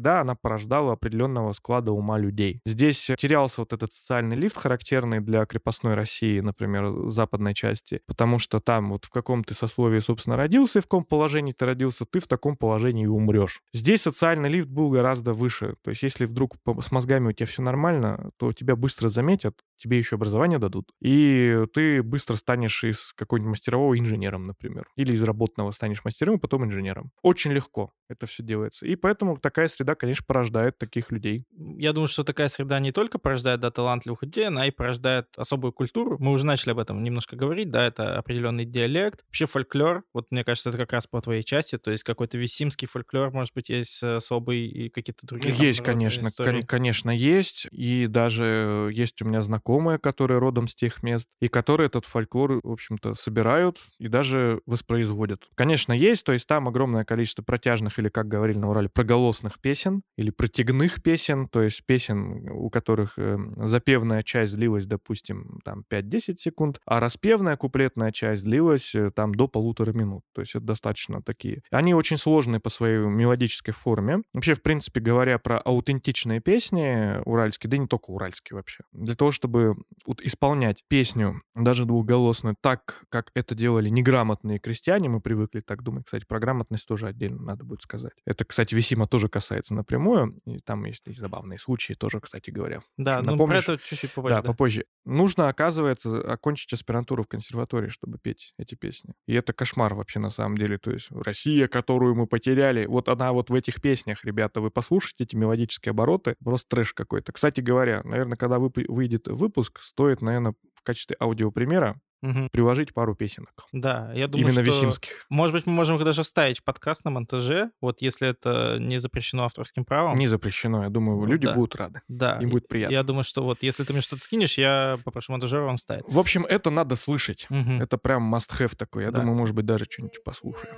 среда, она порождала определенного склада ума людей. Здесь терялся вот этот социальный лифт, характерный для крепостной России, например, западной части, потому что там вот в каком ты сословии, собственно, родился и в каком положении ты родился, ты в таком положении и умрешь. Здесь социальный лифт был гораздо выше. То есть если вдруг с мозгами у тебя все нормально, то тебя быстро заметят, тебе еще образование дадут, и ты быстро станешь из какого-нибудь мастерового инженером, например, или из работного станешь мастером, и потом инженером. Очень легко это все делается. И поэтому такая среда, конечно, порождает таких людей. Я думаю, что такая среда не только порождает, да, талантливых людей, она и порождает особую культуру. Мы уже начали об этом немножко говорить, да, это определенный диалект. Вообще фольклор, вот мне кажется, это как раз по твоей части, то есть какой-то висимский фольклор, может быть, есть особый и какие-то другие там Есть, народные конечно, истории. кон- конечно, есть. И даже есть у меня знакомые, которые родом с тех мест, и которые этот фольклор, в общем-то, собирают и даже воспроизводят. Конечно, есть, то есть там огромное количество протяжных или, как говорили на Урале, проголосных песен или протягных песен, то есть песен, у которых э, запевная часть длилась, допустим, там пять-десять секунд, а распевная куплетная часть длилась э, там до полутора минут. То есть это достаточно такие. Они очень сложные по своей мелодической форме. Вообще, в принципе, говоря про аутентичные песни уральские, да и не только уральские вообще, для того, чтобы вот исполнять песню, даже двухголосную, так, как это делали неграмотные крестьяне, мы привыкли так думать. Кстати, про грамотность тоже отдельно надо будет сказать. Это, кстати, Висима тоже касается напрямую, и там есть и забавные случаи тоже, кстати говоря. Да, ну Напомнишь? про это чуть-чуть попозже. Да, Да, попозже. Нужно, оказывается, окончить аспирантуру в консерватории, чтобы петь эти песни. И это кошмар вообще на самом деле. То есть Россия, которую мы потеряли, вот она вот в этих песнях, ребята, вы послушайте эти мелодические обороты, просто трэш какой-то. Кстати говоря, наверное, когда вы, выйдет выпуск, стоит, наверное, в качестве аудиопримера Мгм. приложить пару песенок. Да, я думаю, Именно что, висимских. может быть, мы можем их даже вставить в подкаст на монтаже, вот если это не запрещено авторским правом. Не запрещено, я думаю, Ну люди да. будут рады. Да, Им будет и- приятно. я думаю, что вот если ты мне что-то скинешь, я попрошу монтажера вам вставить. В общем, это надо слышать. Мгм. Это прям must-have такой. Я Да. думаю, может быть, даже что-нибудь послушаем.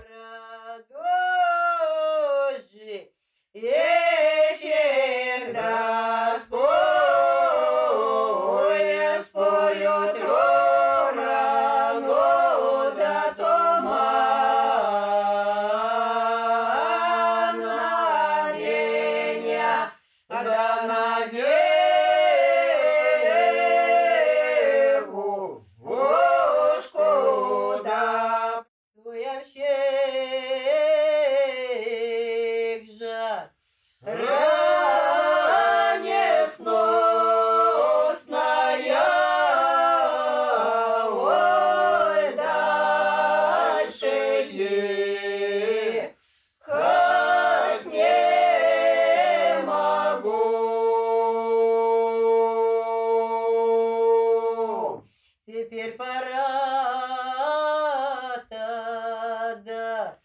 Радожи, ещегда споя, споют рорану да туман наденья, да надеву вошку да я всех жар ранесносная, ой, дальше ехать не могу. Теперь пора-то, да,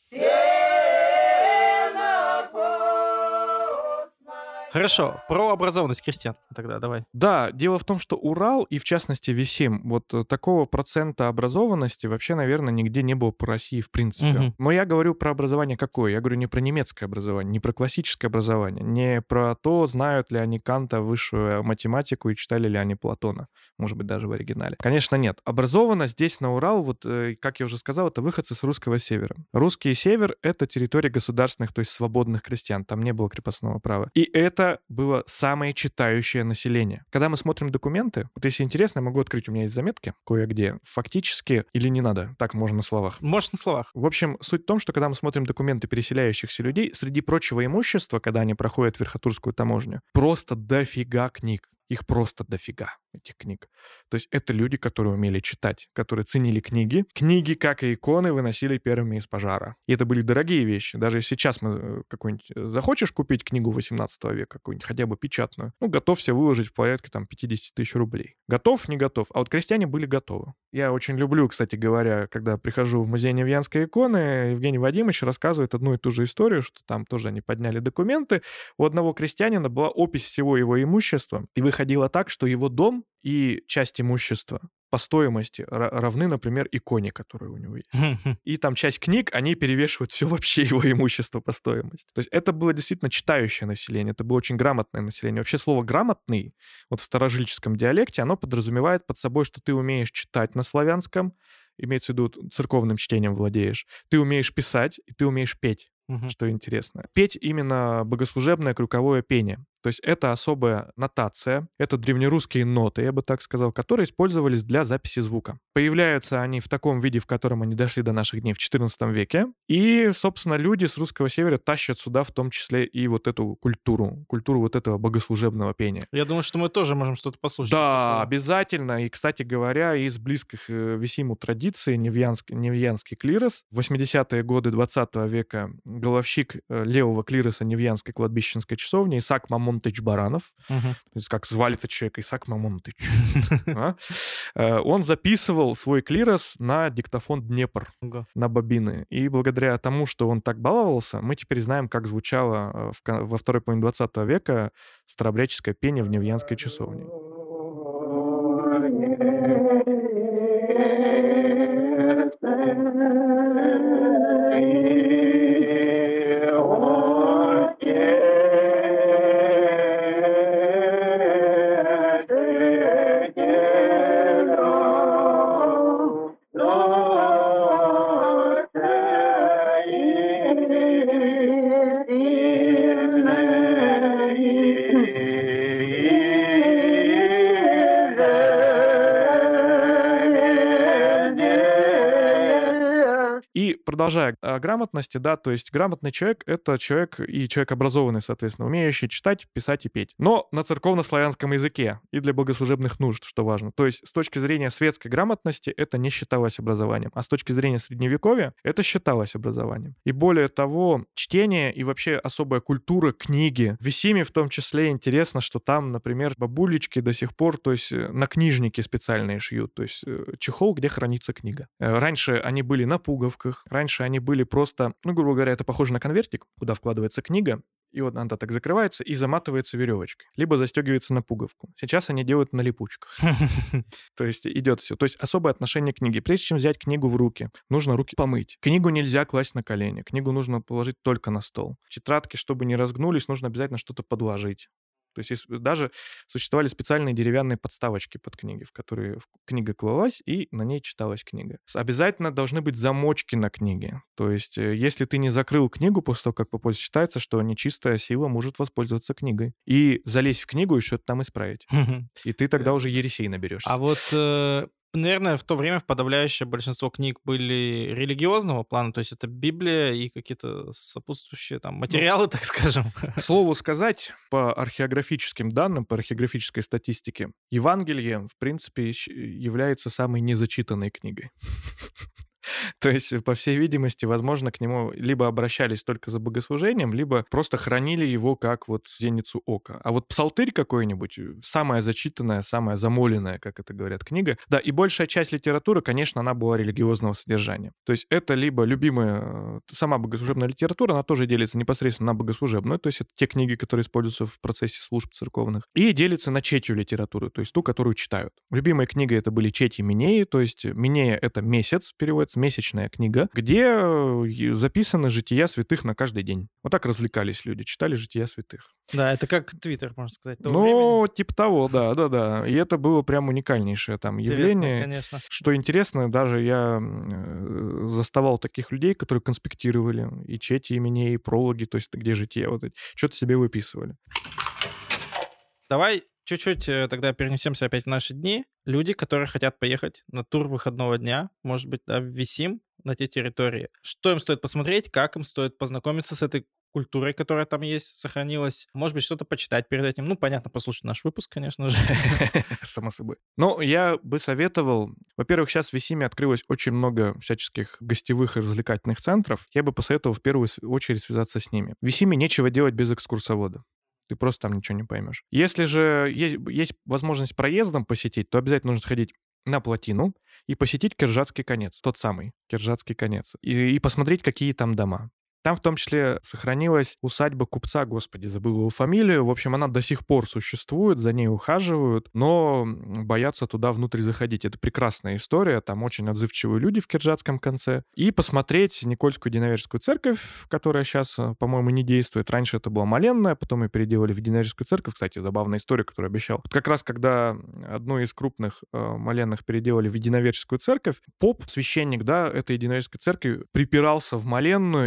сенокосная. Хорошо, про образованность крестьян тогда давай. Да, дело в том, что Урал и, в частности, Висим, вот э, такого процента образованности вообще, наверное, нигде не было по России в принципе. Мгм. Но я говорю про образование какое? Я говорю не про немецкое образование, не про классическое образование, не про то, знают ли они Канта, высшую математику и читали ли они Платона, может быть, даже в оригинале. Конечно, нет. Образованность здесь, на Урал, вот, э, как я уже сказал, это выходцы с русского севера. Русский север — это территория государственных, то есть свободных крестьян, там не было крепостного права. И это было самое читающее население. Когда мы смотрим документы, вот если интересно, я могу открыть, у меня есть заметки кое-где, фактически, или не надо, так можно на словах. Может, на словах. В общем, суть в том, что когда мы смотрим документы переселяющихся людей, среди прочего имущества, когда они проходят Верхотурскую таможню, просто дофига книг. Их просто дофига, этих книг. То есть это люди, которые умели читать, которые ценили книги. Книги, как и иконы, выносили первыми из пожара. И это были дорогие вещи. Даже сейчас мы э, какой-нибудь... э, Захочешь купить книгу восемнадцатого века, какую-нибудь, хотя бы печатную, ну, готовься выложить в порядке там пятьдесят тысяч рублей. Готов, не готов. А вот крестьяне были готовы. Я очень люблю, кстати говоря, когда прихожу в музей Невьянской иконы, Евгений Вадимович рассказывает одну и ту же историю, что там тоже они подняли документы. У одного крестьянина была опись всего его имущества, и выходило так, что его дом и часть имущества по стоимости ра- равны, например, иконе, которая у него есть. И там часть книг, они перевешивают все вообще его имущество по стоимости. То есть это было действительно читающее население, это было очень грамотное население. Вообще слово «грамотный» вот в старожильческом диалекте, оно подразумевает под собой, что ты умеешь читать на славянском, имеется в виду церковным чтением владеешь, ты умеешь писать и ты умеешь петь. Мгм. что интересно. Петь именно богослужебное крюковое пение. То есть это особая нотация, это древнерусские ноты, я бы так сказал, которые использовались для записи звука. Появляются они в таком виде, в котором они дошли до наших дней в четырнадцатом веке. И, собственно, люди с русского севера тащат сюда в том числе и вот эту культуру, культуру вот этого богослужебного пения. Я думаю, что мы тоже можем что-то послушать. из Да, такого. обязательно. И, кстати говоря, из близких э, Висиму традиций невьянский, невьянский клирос. В восьмидесятые годы двадцатого века головщик э, левого клироса Невьянской кладбищенской часовни Исаак Мамонтыч Баранов, Мгм. то есть как звали-то человека, Исаак Мамонтыч, а? Э, он записывал свой клирос на диктофон Днепр, Ого. на бобины. И благодаря тому, что он так баловался, мы теперь знаем, как звучало э, в ко- во второй половине двадцатого века старообрядческое пение в Невьянской часовне. И продолжая о грамотности, да, то есть грамотный человек — это человек и человек образованный, соответственно, умеющий читать, писать и петь. Но на церковно-славянском языке и для богослужебных нужд, что важно. То есть с точки зрения светской грамотности это не считалось образованием, а с точки зрения средневековья это считалось образованием. И более того, чтение и вообще особая культура книги. В Висиме в том числе интересно, что там, например, бабулечки до сих пор, то есть э, накнижники специальные шьют, то есть э, чехол, где хранится книга. Э, Раньше они были на пуговках, раньше они были просто, ну, грубо говоря, это похоже на конвертик, куда вкладывается книга, и вот она так закрывается и заматывается веревочкой, либо застегивается на пуговку. Сейчас они делают на липучках. То есть идет все. То есть особое отношение к книге. Прежде чем взять книгу в руки, нужно руки помыть. Книгу нельзя класть на колени. Книгу нужно положить только на стол. Тетрадки, чтобы не разгнулись, нужно обязательно что-то подложить. То есть если- даже существовали специальные деревянные подставочки под книги, в которые в- книга клалась, и на ней читалась книга. С- Обязательно должны быть замочки на книге. То есть э, если ты не закрыл книгу после того, как попозже считается, что нечистая сила может воспользоваться книгой. И залезть в книгу и что-то там исправить. И ты тогда уже ересей наберешься. А вот, э, наверное, в то время в подавляющее большинство книг были религиозного плана, то есть это Библия и какие-то сопутствующие там материалы, так скажем. К слову сказать, по археографическим данным, по археографической статистике, Евангелие, в принципе, щ- является самой незачитанной книгой. То есть, по всей видимости, возможно, к нему либо обращались только за богослужением, либо просто хранили его как вот зеницу ока. А вот псалтырь какой-нибудь, э, самая зачитанная, самая замоленная, как это говорят, книга. Да, и большая часть литературы, конечно, она была религиозного содержания. То есть это либо любимая, э, сама богослужебная литература, она тоже делится непосредственно на богослужебную, то есть это те книги, которые используются в процессе служб церковных, и делится на четью литературу, то есть ту, которую читают. Любимой книгой это были чети Минеи, то есть Минея — это месяц, переводится, месячная книга, где э, записаны жития святых на каждый день. Вот так развлекались люди, читали жития святых. Да, это как Твиттер, можно сказать, того Ну, времени. типа того, да, да, да. И это было прям уникальнейшее там Интересно, явление. конечно. Что интересно, даже я э, заставал таких людей, которые конспектировали и чети, и Минеи, и прологи, то есть где жития вот эти, что-то себе выписывали. Давай чуть-чуть э, тогда перенесемся опять в наши дни. Люди, которые хотят поехать на тур выходного дня, может быть, да, в Висим, на те территории. Что им стоит посмотреть, как им стоит познакомиться с этой культурой, которая там есть, сохранилась. Может быть, что-то почитать перед этим. Ну, понятно, послушать наш выпуск, конечно же. Само собой. Но я бы советовал... Во-первых, сейчас в Висиме открылось очень много всяческих гостевых и развлекательных центров. Я бы посоветовал в первую с- очередь связаться с ними. В Висиме нечего делать без экскурсовода. Ты просто там ничего не поймешь. Если же есть, есть возможность проездом посетить, то обязательно нужно сходить на плотину и посетить Киржатский конец, тот самый Киржатский конец, и, и посмотреть, какие там дома. Там в том числе сохранилась усадьба купца, господи, забыл его фамилию. В общем, она до сих пор существует, за ней ухаживают, но боятся туда внутрь заходить. Это прекрасная история, там очень отзывчивые люди в Киржатском конце. И посмотреть Никольскую Единоверческую церковь, которая сейчас, по-моему, не действует. Раньше это была Моленная, потом ее переделали в Единоверческую церковь. Кстати, забавная история, которую обещал. Вот как раз когда одну из крупных э, моленных переделали в Единоверческую церковь, поп, священник, да, этой Единоверческой церкви припирался в Моленную и вынес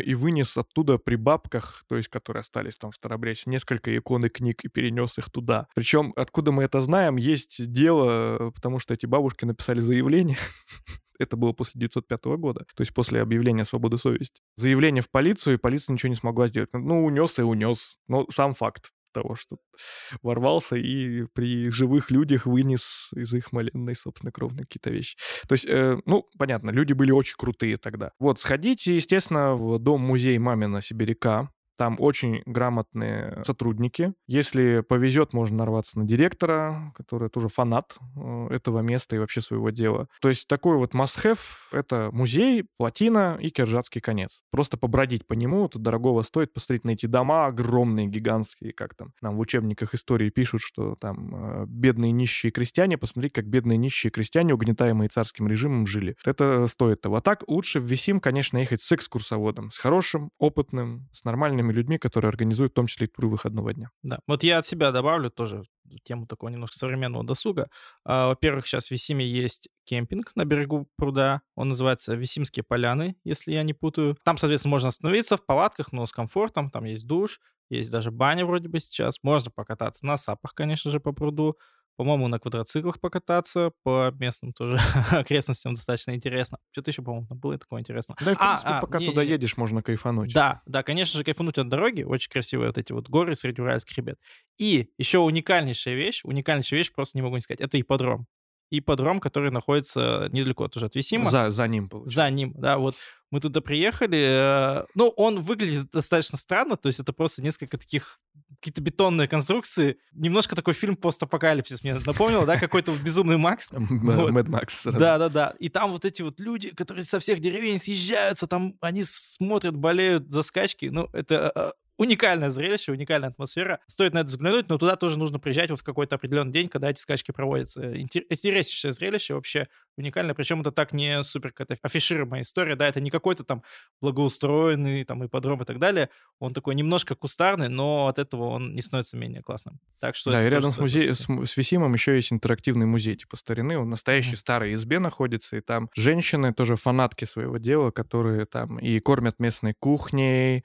вынес оттуда при бабках, то есть которые остались там в Старобрясе, несколько икон и книг и перенес их туда. Причем, откуда мы это знаем, есть дело, потому что эти бабушки написали заявление. Это было после девятьсот пятого года, то есть после объявления свободы совести. Заявление в полицию, и полиция ничего не смогла сделать. Ну, унес и унес. Но сам факт того, что ворвался и при живых людях вынес из их маленной, собственно, кровной какие-то вещи. То есть, э, ну, понятно, люди были очень крутые тогда. Вот, сходите, естественно, в дом-музей Мамина Сибиряка. Там очень грамотные сотрудники. Если повезет, можно нарваться на директора, который тоже фанат э, этого места и вообще своего дела. То есть такой вот must-have — это музей, плотина и Киржатский конец. Просто побродить по нему, это дорогого стоит, посмотреть на эти дома огромные, гигантские, как там нам в учебниках истории пишут, что там э, бедные нищие крестьяне, посмотреть, как бедные нищие крестьяне, угнетаемые царским режимом, жили. Это стоит того. А так лучше в Висим, конечно, ехать с экскурсоводом, с хорошим, опытным, с нормальными людьми, которые организуют в том числе и туры выходного дня. Да, вот я от себя добавлю тоже тему такого немножко современного досуга. А, Во-первых, сейчас в Висиме есть кемпинг на берегу пруда. Он называется Висимские поляны, если я не путаю. Там, соответственно, можно остановиться в палатках, но с комфортом. Там есть душ, есть даже баня вроде бы сейчас. Можно покататься на сапах, конечно же, по пруду. По-моему, на квадроциклах покататься, по местным тоже окрестностям достаточно интересно. Что-то еще, по-моему, там было такое интересное. Да, и, в принципе, а, пока не, туда не, едешь, можно кайфануть. Да, да, конечно же, кайфануть от дороги. Очень красивые вот эти вот горы среди уральских хребет. И еще уникальнейшая вещь, уникальнейшая вещь, просто не могу не сказать, это ипподром. Ипподром, который находится недалеко тоже от Висима. За, за ним, получается. За ним, да, вот. Мы туда приехали. Ну, он выглядит достаточно странно, то есть это просто несколько таких какие-то бетонные конструкции. Немножко такой фильм «Постапокалипсис» мне напомнил, да, какой-то «Безумный Макс». Мэд Макс. Да-да-да. И там вот эти вот люди, которые со всех деревень съезжаются, там они смотрят, болеют за скачки. Ну, это уникальное зрелище, уникальная атмосфера. Стоит на это взглянуть, но туда тоже нужно приезжать вот в какой-то определенный день, когда эти скачки проводятся. Интереснейшее зрелище, вообще уникальное. Причем это так не супер какая-то афишируемая история, да, это не какой-то там благоустроенный там ипподром и так далее. Он такой немножко кустарный, но от этого он не становится менее классным. Так что да, и рядом с, музей, с, с Висимом еще есть интерактивный музей типа старины. Он в настоящей mm-hmm. старой избе находится, и там женщины, тоже фанатки своего дела, которые там и кормят местной кухней,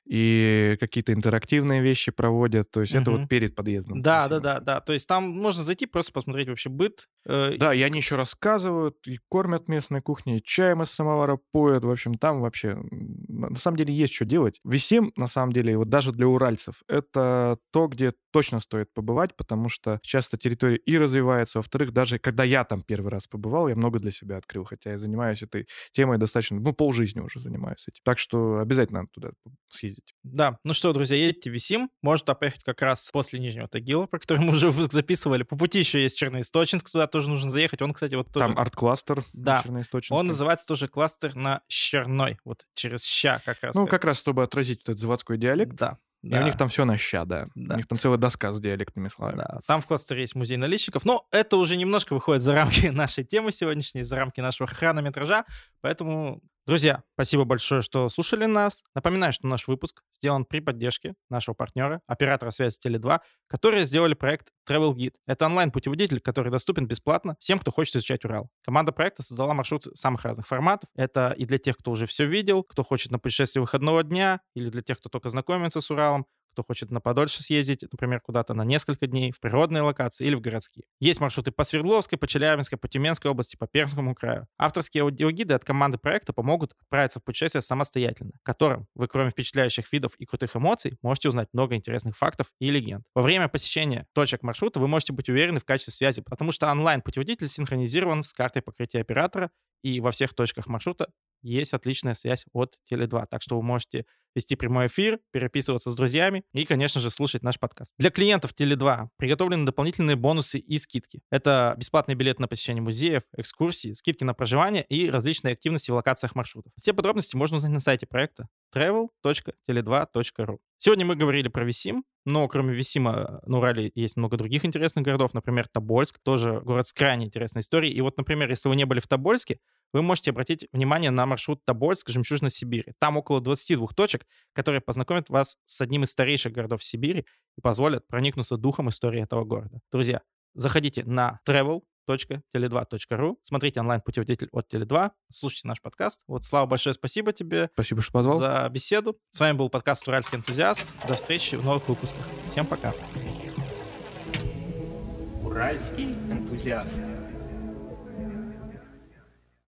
и какие-то интерактивные вещи проводят. То есть mm-hmm. это вот перед подъездом. Да, да, да, да. То есть там можно зайти, просто посмотреть вообще быт. Э, да, и они еще рассказывают, и кормят местной кухней, и чаем из самовара поют. В общем, там вообще на самом деле есть что делать. Висим, на самом деле, вот даже для уральцев, это то, где точно стоит побывать, потому что часто территория и развивается. Во-вторых, даже когда я там первый раз побывал, я много для себя открыл, хотя я занимаюсь этой темой достаточно, ну, полжизни уже занимаюсь этим. Так что обязательно надо туда съездить. Да, ну что, друзья, едете в Висим, можно поехать как раз после Нижнего Тагила, про который мы уже выпуск записывали. По пути еще есть Черноисточинск, туда тоже нужно заехать. Он, кстати, вот тоже... Там арт-кластер. Да, он называется тоже кластер на Щерной, вот через ща как раз. Ну, как, как раз, чтобы отразить этот заводской диалект. Да. И да. у них там все на ща, да. да. У них там целая доска с диалектными словами. Да. Там в кластере есть музей наличников, но это уже немножко выходит за рамки нашей темы сегодняшней, за рамки нашего хронометража, поэтому... Друзья, спасибо большое, что слушали нас. Напоминаю, что наш выпуск сделан при поддержке нашего партнера, оператора связи Теле два, которые сделали проект Travel Guide. Это онлайн-путеводитель, который доступен бесплатно всем, кто хочет изучать Урал. Команда проекта создала маршруты самых разных форматов. Это и для тех, кто уже все видел, кто хочет на путешествие выходного дня, или для тех, кто только знакомится с Уралом, кто хочет на подольше съездить, например, куда-то на несколько дней, в природные локации или в городские. Есть маршруты по Свердловской, по Челябинской, по Тюменской области, по Пермскому краю. Авторские аудиогиды от команды проекта помогут отправиться в путешествие самостоятельно, в котором вы, кроме впечатляющих видов и крутых эмоций, можете узнать много интересных фактов и легенд. Во время посещения точек маршрута вы можете быть уверены в качестве связи, потому что онлайн-путеводитель синхронизирован с картой покрытия оператора, и во всех точках маршрута есть отличная связь от Теле два. Так что вы можете вести прямой эфир, переписываться с друзьями и, конечно же, слушать наш подкаст. Для клиентов Теле два приготовлены дополнительные бонусы и скидки. Это бесплатный билет на посещение музеев, экскурсии, скидки на проживание и различные активности в локациях маршрутов. Все подробности можно узнать на сайте проекта travel точка теле два точка ру. Сегодня мы говорили про Висим, но кроме Висима на Урале есть много других интересных городов, например, Тобольск, тоже город с крайне интересной историей. И вот, например, если вы не были в Тобольске, вы можете обратить внимание на маршрут Тобольск, Жемчужина Сибири. Там около двадцати двух точек, которые познакомят вас с одним из старейших городов Сибири и позволят проникнуться духом истории этого города. Друзья, заходите на travel точка теле два точка ру. Смотрите онлайн-путеводитель от Теле два, слушайте наш подкаст. Вот, Слава, большое спасибо тебе. Спасибо, что позвал. За беседу. С вами был подкаст «Уральский энтузиаст». До встречи в новых выпусках. Всем пока. Уральский энтузиаст.